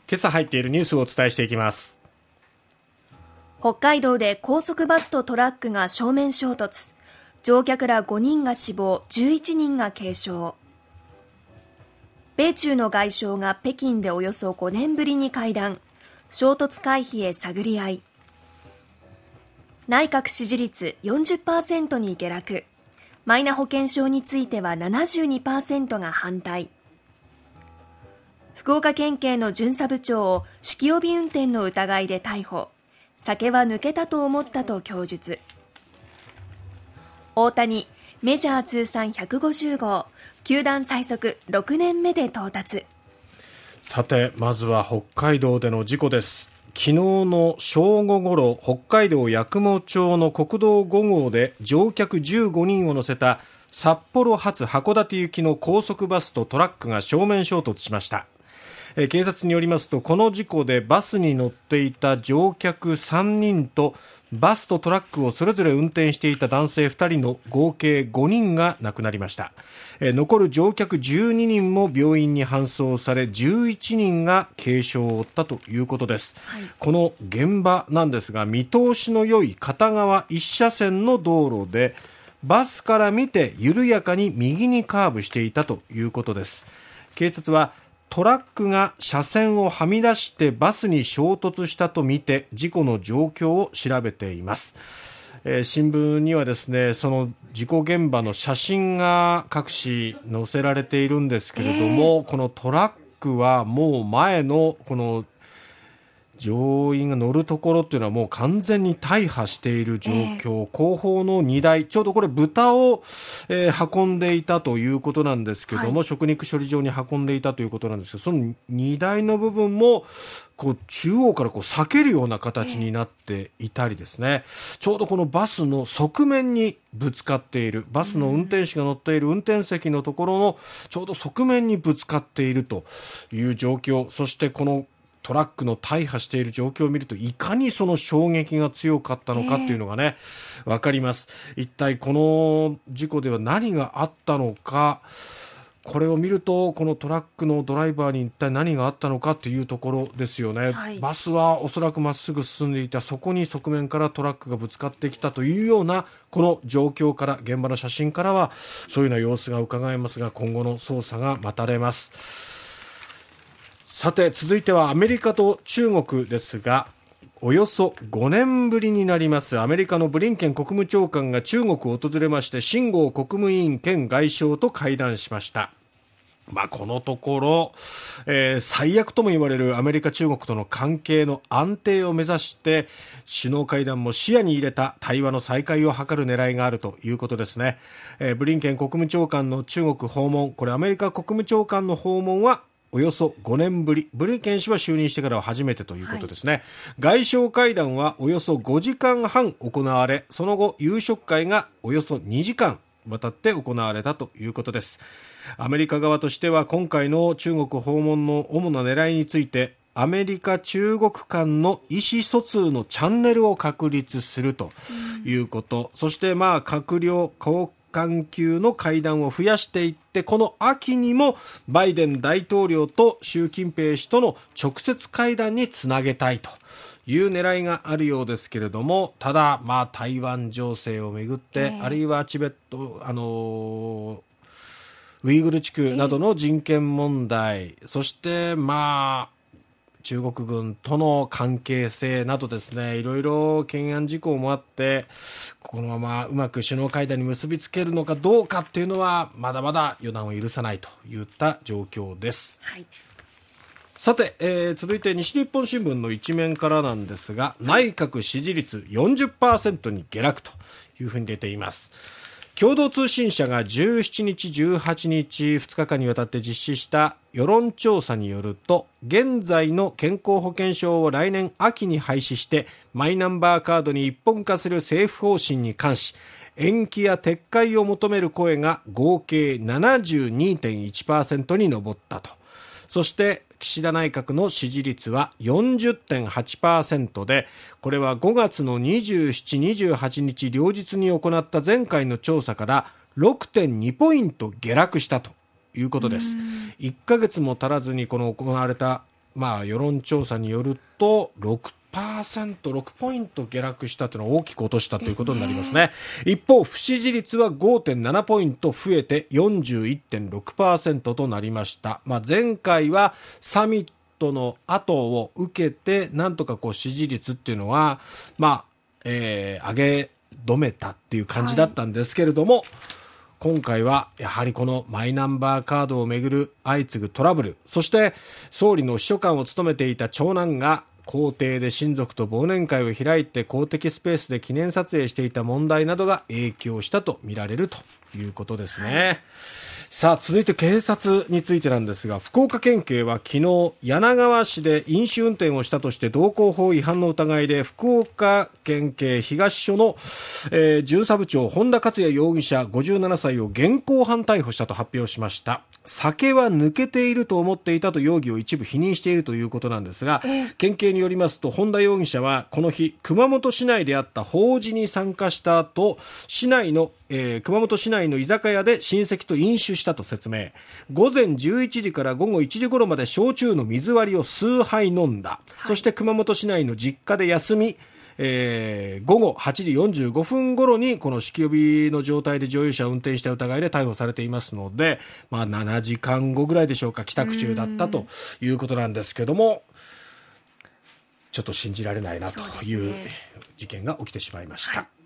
今朝入っているニュースをお伝えしていきます。 北海道で高速バスとトラックが正面衝突、乗客ら5人が死亡、11人が軽傷。米中の外相が北京でおよそ5年ぶりに会談、衝突回避へ探り合い。内閣支持率 40% に下落、マイナ保険証については 72% が反対。福岡県警の巡査部長を酒気帯び運転の疑いで逮捕、酒は抜けたと思ったと供述。大谷、メジャー通算150号、球団最速6年目で到達。 さて、まずは北海道での事故です。昨日の正午ごろ、北海道八雲町の国道5号で乗客15人を乗せた札幌発函館行きの高速バスとトラックが正面衝突しました。警察によりますと、この事故でバスに乗っていた乗客3人とバスとトラックをそれぞれ運転していた男性2人の合計5人が亡くなりました。残る乗客12人も病院に搬送され、11人が軽傷を負ったということです。この現場なんですが、見通しの良い片側1車線の道路で、バスから見て緩やかに右にカーブしていたということです。警察はトラックが車線をはみ出してバスに衝突したとみて事故の状況を調べています。新聞にはですね、その事故現場の写真が各紙載せられているんですけれども、このトラックはもう前のこの乗員が乗るところっていうのはもう完全に大破している状況、後方の荷台、ちょうどこれ豚を、運んでいたということなんですけども、食肉処理場に運んでいたということなんですけど、その荷台の部分もこう中央からこう裂けるような形になっていたりですね、ちょうどこのバスの側面にぶつかっている、バスの運転手が乗っている運転席のところのちょうど側面にぶつかっているという状況、そしてこのトラックの大破している状況を見ると、いかにその衝撃が強かったのかっていうのがね、わかります。一体この事故では何があったのか、これを見るとこのトラックのドライバーに一体何があったのかっていうところですよね。バスはおそらくまっすぐ進んでいた、そこに側面からトラックがぶつかってきたというようなこの状況から、現場の写真からはそういうような様子が伺えますが、今後の捜査が待たれます。さて、続いてはアメリカと中国ですが、およそ5年ぶりになりますアメリカのブリンケン国務長官が中国を訪れまして、秦剛国務委員兼外相と会談しました。このところ、最悪とも言われるアメリカ中国との関係の安定を目指して首脳会談も視野に入れた対話の再開を図る狙いがあるということですね。ブリンケン国務長官の中国訪問、これアメリカ国務長官の訪問はおよそ5年ぶり、ブリンケン氏は就任してからは初めてということですね。外相会談はおよそ5時間半行われ、その後夕食会がおよそ2時間渡って行われたということです。アメリカ側としては今回の中国訪問の主な狙いについて、アメリカ中国間の意思疎通のチャンネルを確立するということ、そして閣僚高官級の会談を増やしていって、この秋にもバイデン大統領と習近平氏との直接会談につなげたいという狙いがあるようですけれども、ただ台湾情勢をめぐって、あるいはチベット、ウイグル地区などの人権問題、そして中国軍との関係性などですね、いろいろ懸案事項もあって、このままうまく首脳会談に結びつけるのかどうかっていうのはまだまだ予断を許さないといった状況です。さて、続いて西日本新聞の一面からなんですが、内閣支持率 40% に下落というふうに出ています。共同通信社が17日、18日、2日間にわたって実施した世論調査によると、現在の健康保険証を来年秋に廃止してマイナンバーカードに一本化する政府方針に関し、延期や撤回を求める声が合計 72.1% に上ったと。そして岸田内閣の支持率は 40.8% で、これは5月の27、28日両日に行った前回の調査から 6.2 ポイント下落したということです。1ヶ月も足らずにこの行われた世論調査によると6ポイント下落したというのは大きく落としたということになりますね。一方、不支持率は 5.7 ポイント増えて 41.6% となりました。前回はサミットの後を受けてなんとか支持率っていうのは上げ止めたっていう感じだったんですけれども、今回はやはりこのマイナンバーカードをめぐる相次ぐトラブル、そして総理の秘書官を務めていた長男が公邸で親族と忘年会を開いて公的スペースで記念撮影していた問題などが影響したとみられるということですね。さあ、続いて警察についてなんですが、福岡県警は昨日柳川市で飲酒運転をしたとして道交法違反の疑いで福岡県警東署の、巡査部長本田克也容疑者57歳を現行犯逮捕したと発表しました。酒は抜けていると思っていたと容疑を一部否認しているということなんですが、県警によりますと本田容疑者はこの日熊本市内であった法事に参加した後、熊本市内の居酒屋で親戚と飲酒したと説明。午前11時から午後1時頃まで焼酎の水割りを数杯飲んだ、そして熊本市内の実家で休み、午後8時45分頃にこの酒気帯びの状態で乗用車を運転した疑いで逮捕されていますので、7時間後ぐらいでしょうか、帰宅中だったということなんですけども、ちょっと信じられないなという事件が起きてしまいました。